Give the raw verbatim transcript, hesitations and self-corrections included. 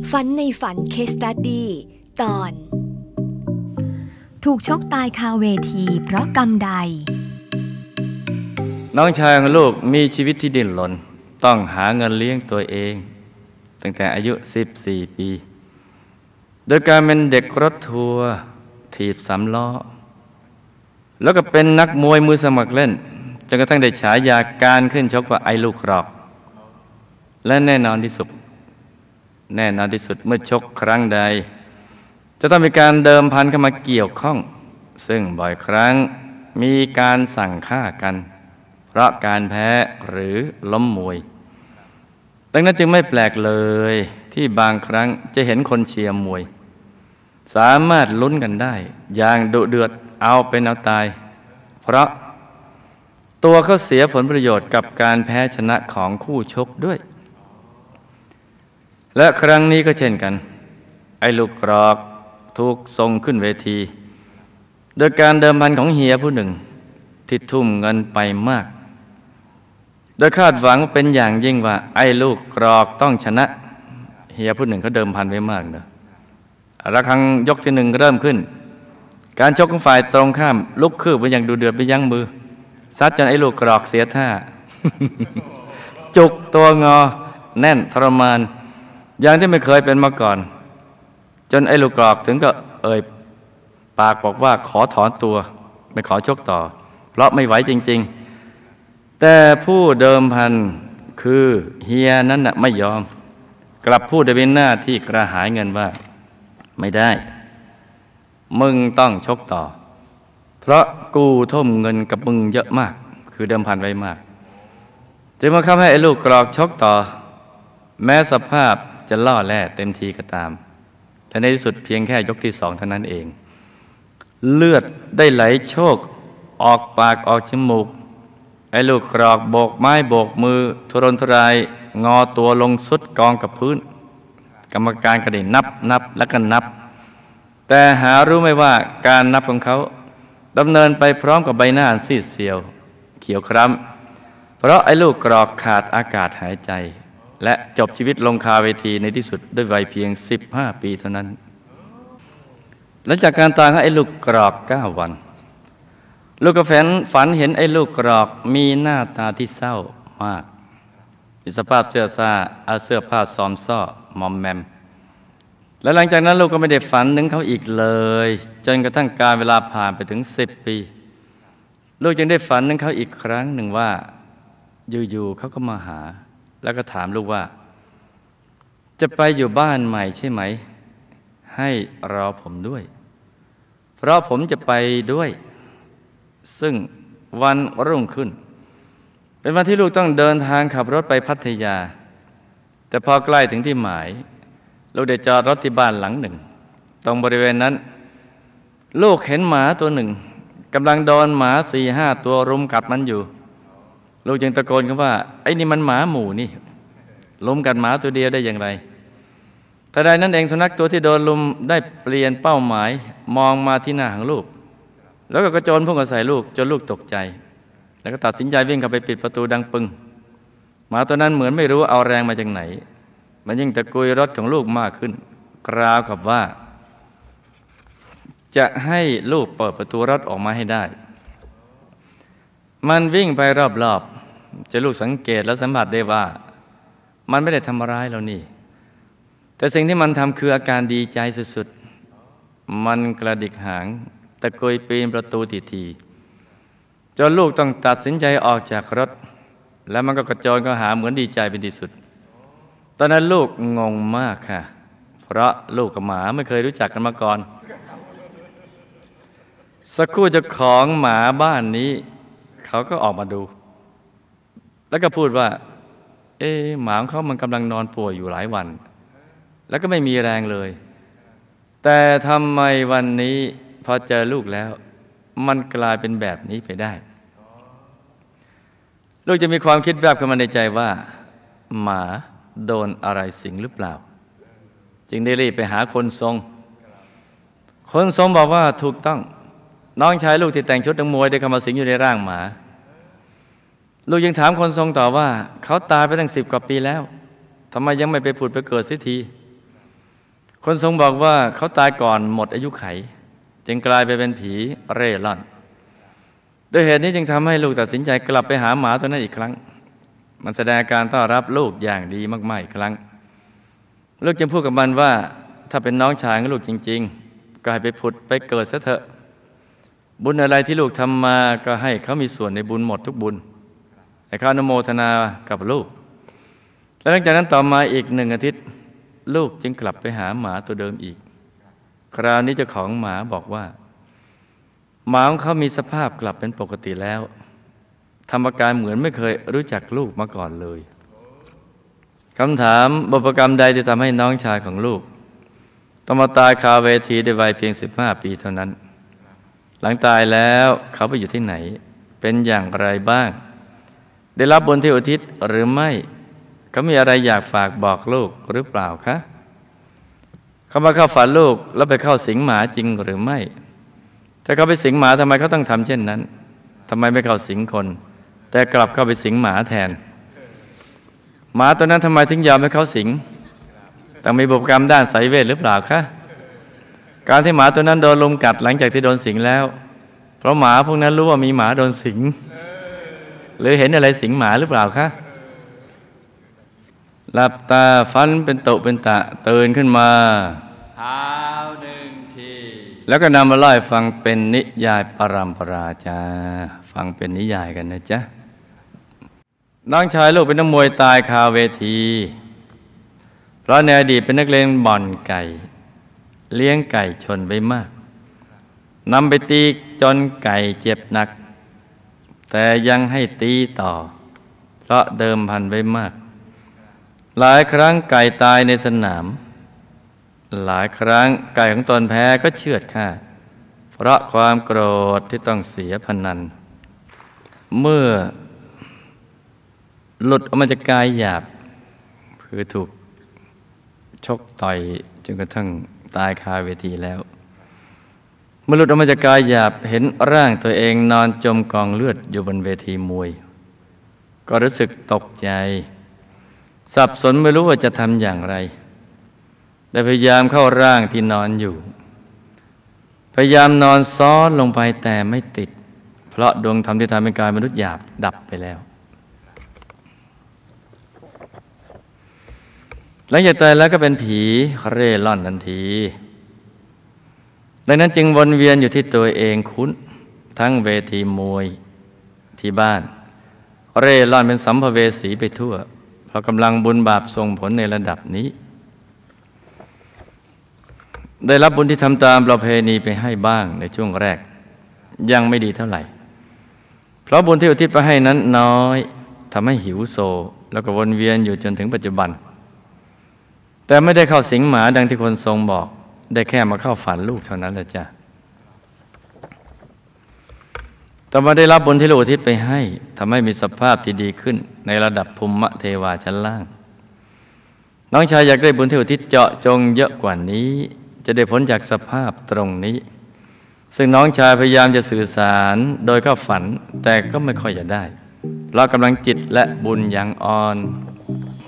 ฝันในฝันเคสตัดดี้ตอนถูกชกตายคาเวทีเพราะกรรมใดน้องชายของลูกมีชีวิตที่ดิ้นรนต้องหาเงินเลี้ยงตัวเองตั้งแต่อายุสิบสี่ปีโดยการเป็นเด็กรถทัวร์ถีบสามล้อแล้วก็เป็นนักมวยมือสมัครเล่นจนกระทั่งได้ฉายาการขึ้นชกว่าไอ้ลูกกรอกและแน่นอนที่สุดแน่นอนที่สุดเมื่อชกครั้งใดจะต้องมีการเดิมพันเข้ามาเกี่ยวข้องซึ่งบ่อยครั้งมีการสั่งฆ่ากันเพราะการแพ้หรือล้มมวยดังนั้นจึงไม่แปลกเลยที่บางครั้งจะเห็นคนเชียร์มวยสามารถลุ้นกันได้อย่างดุเดือดเอาเป็นเอาตายเพราะตัวเขาเสียผลประโยชน์กับการแพ้ชนะของคู่ชกด้วยและครั้งนี้ก็เช่นกันไอ้ลูกกรอกถูกส่งขึ้นเวทีโดยการเดิมพันของเฮียผู้หนึ่งที่ทุ่มเงินไปมากโดยคาดหวังเป็นอย่างยิ่งว่าไอ้ลูกกรอกต้องชนะเฮียผู้หนึ่งเขาเดิมพันไว้มากเนอะระฆังยกที่หนึ่งเริ่มขึ้นการชกของฝ่ายตรงข้ามลุกคืบไปอย่างดูเดือดไปยั้งมือซัดจนไอ้ลูกกรอกเสียท่า จุกตัวงอแน่นทรมานอย่างที่ไม่เคยเป็นมาก่อนจนไอ้ลูกกรอกถึงก็เอ่ยปากบอกว่าขอถอนตัวไม่ขอชกต่อเพราะไม่ไหวจริงๆแต่ผู้เดิมพันคือเฮียนั้นน่ะไม่ยอมกลับพูดด้วยหน้าที่กระหายเงินว่าไม่ได้มึงต้องชกต่อเพราะกูทุ่มเงินกับมึงเยอะมากคือเดิมพันไว้มากจึงมาคับให้ไอ้ลูกกรอกชกต่อแม้สภาพจะล่อแร่เต็มทีก็ตามแต่ในที่สุดเพียงแค่ยกที่สองเท่านั้นเองเลือดได้ไหลโชกออกปากออกจมูกไอ้ลูกกรอกโบกไม้โบกมือทุรนทุรายงอตัวลงสุดกองกับพื้นกรรมการก็ได้นับนับและก็นับแต่หารู้ไหมว่าการนับของเขาดำเนินไปพร้อมกับใบหน้าซีดเซียวเขียวคล้ำเพราะไอ้ลูกกรอกขาดอากาศหายใจและจบชีวิตลงคาเวทีในที่สุดด้วยวัยเพียงสิบห้าปีเท่านั้นหลังจากการตายของไอ้ลูกกรอกเก้าวันลูกกระแฟนฝันเห็นไอ้ลูกกรอกมีหน้าตาที่เศร้ามากมีสภาพเสื้อซ่าเอาเสื้อผ้าซ้อมซ้อมอมแมมและหลังจากนั้นลูกก็ไม่ได้ฝันถึงเขาอีกเลยจนกระทั่งการเวลาผ่านไปถึงสิบปีลูกจึงได้ฝันถึงเขาอีกครั้งหนึ่งว่าอยู่ๆเขาก็มาหาแล้วก็ถามลูกว่าจะไปอยู่บ้านใหม่ใช่ไหมให้รอผมด้วยเพราะผมจะไปด้วยซึ่งวันรุ่งขึ้นเป็นวันที่ลูกต้องเดินทางขับรถไปพัทยาแต่พอใกล้ถึงที่หมายลูกได้จอดรถที่บ้านหลังหนึ่งตรงบริเวณนั้นลูกเห็นหมาตัวหนึ่งกำลังโดนหมาสี่ห้าตัวรุมกัดมันอยู่ลูกจึงตะโกนขึ้นว่าไอ้นี่มันหมาหมู่นี่ลุมกัดหมาตัวเดียวได้อย่างไรแต่ใดนั้นเองสุนัขตัวที่โดนลุมได้เปลี่ยนเป้าหมายมองมาที่หน้าของลูกแล้วก็กระโจนพุ่งเข้าใส่ลูกจนลูกตกใจแล้วก็ตัดสินใจวิ่งเข้าไปปิดประตูดังปึ้งหมาตัวนั้นเหมือนไม่รู้เอาแรงมาจากไหนมันยิ่งตะกุยรถของลูกมากขึ้นกล่าวกับว่าจะให้ลูกเปิดประตูรถออกมาให้ได้มันวิ่งไปรอบๆจะลูกสังเกตและสัมผัสได้ว่ามันไม่ได้ทำร้ายเรานี่แต่สิ่งที่มันทำคืออาการดีใจสุดๆมันกระดิกหางตะกุยปีนประตูทีๆจนลูกต้องตัดสินใจออกจากรถแล้วมันก็กระโจนเข้าหาเหมือนดีใจเป็นที่สุดตอนนั้นลูกงงมากค่ะเพราะลูกกับหมาไม่เคยรู้จักกันมาก่อนสักครู่เจ้าของหมาบ้านนี้เขาก็ออกมาดูแล้วก็พูดว่าเอ๊ะหมาของเขามันกำลังนอนป่วยอยู่หลายวันแล้วก็ไม่มีแรงเลยแต่ทำไมวันนี้พอเจอลูกแล้วมันกลายเป็นแบบนี้ไปได้ลูกจะมีความคิดแวบเข้ามาในใจว่าหมาโดนอะไรสิงหรือเปล่าจึงได้รีบไปหาคนทรงคนทรงบอกว่าถูกต้องน้องชายลูกที่แต่งชุดนักมวยได้เข้ามาสิงอยู่ในร่างหมาลูกยังถามคนทรงต่อว่าเขาตายไปตั้งสิบกว่าปีแล้วทำไมยังไม่ไปผุดไปเกิดเสียทีคนทรงบอกว่าเขาตายก่อนหมดอายุไขจึงกลายไปเป็นผีเร่ร่อนด้วยเหตุนี้จึงทำให้ลูกตัดสินใจกลับไปหาหมาตัวนั้นอีกครั้งมันแสดงการต้อนรับลูกอย่างดีมากๆอีกครั้งลูกจึงพูดกับมันว่าถ้าเป็นน้องชายของลูกจริงๆก็ให้ไปผุดไปเกิดซะเถอะบุญอะไรที่ลูกทำมาก็ให้เขามีส่วนในบุญหมดทุกบุญให้เขาอนุโมทนากับลูกและหลังจากนั้นต่อมาอีกหนึ่งอาทิตย์ลูกจึงกลับไปหาหมาตัวเดิมอีกคราวนี้เจ้าของหมาบอกว่าหมาของเขามีสภาพกลับเป็นปกติแล้วทำอาการเหมือนไม่เคยรู้จักลูกมาก่อนเลยคำถามบุพกรรมใดที่ทำให้น้องชายของลูกต้องมาตายคาเวทีในวัยเพียงสิบห้าปีเท่านั้นหลังตายแล้วเขาไปอยู่ที่ไหนเป็นอย่างไรบ้างได้รับบุญที่อุทิศหรือไม่เขามีอะไรอยากฝากบอกลูกหรือเปล่าคะเขามาเข้าฝันลูกแล้วไปเข้าสิงหมาจริงหรือไม่ถ้าเขาไปสิงหมาทำไมเขาต้องทำเช่นนั้นทำไมไม่เข้าสิงคนแต่กลับเข้าไปสิงหมาแทนหมาตัวนั้นทำไมถึงยอมให้เขาสิงต้องมีบุพกรรมด้านไสยเวทหรือเปล่าคะการที่หมาตัวนั้นโดนลมกัดหลังจากที่โดนสิงแล้วเพราะหมาพวกนั้นรู้ว่ามีหมาโดนสิงหรือเห็นอะไรสิงหมาหรือเปล่าคะหลับตาฝันเป็นตุเป็นตะตื่นขึ้นมาเท้าหนึ่งทีแล้วก็นำมาเล่าให้ฟังเป็นนิยายปรัมปราจ้าฟังเป็นนิยายกันนะจ๊ะน้องชายลูกเป็นนักมวยตายคาเวทีเพราะในอดีตเป็นนักเลงบ่อนไก่เลี้ยงไก่ชนไปมากนำไปตีจนไก่เจ็บหนักแต่ยังให้ตีต่อเพราะเดิมพันไว้มากหลายครั้งไก่ตายในสนามหลายครั้งไก่ของตนแพ้ก็เชือดฆ่าเพราะความโกรธที่ต้องเสียพนันเมื่อหลุดออกมาจากกายหยาบคือถูกชกต่อยจนกระทั่งตายคาเวทีแล้วเมื่อหลุดออกมาจากกายหยาบเห็นร่างตัวเองนอนจมกองเลือดอยู่บนเวทีมวยก็รู้สึกตกใจสับสนไม่รู้ว่าจะทำอย่างไรได้พยายามเข้าร่างที่นอนอยู่พยายามนอนซ้อนลงไปแต่ไม่ติดเพราะดวงธรรมที่ทำเป็นกายมนุษย์หยาบดับไปแล้วหลังจากตายแล้วก็เป็นผีเร่ร่อนทันทีดังนั้นจึงวนเวียนอยู่ที่ตัวเองคุ้นทั้งเวทีมวยที่บ้านเร่ร่อนเป็นสัมภเวสีไปทั่วเพราะกำลังบุญบาปส่งผลในระดับนี้ได้รับบุญที่ทำตามประเพณีไปให้บ้างในช่วงแรกยังไม่ดีเท่าไหร่เพราะบุญที่อุทิศไปให้นั้นน้อยทำให้หิวโซแล้วก็วนเวียนอยู่จนถึงปัจจุบันแต่ไม่ได้เข้าสิงหมาดังที่คนทรงบอกได้แค่มาเข้าฝันลูกเท่านั้นแหละจ้ะแต่มาได้รับบุญที่ลูกอุทิศไปให้ทำให้มีสภาพที่ดีขึ้นในระดับภูมิเทวาชั้นล่างน้องชายอยากได้บุญที่อุทิศเจาะจงเยอะกว่านี้จะได้พ้นจากสภาพตรงนี้ซึ่งน้องชายพยายามจะสื่อสารโดยเข้าฝันแต่ก็ไม่ค่อยจะได้เพราะกำลังจิตและบุญยังอ่อน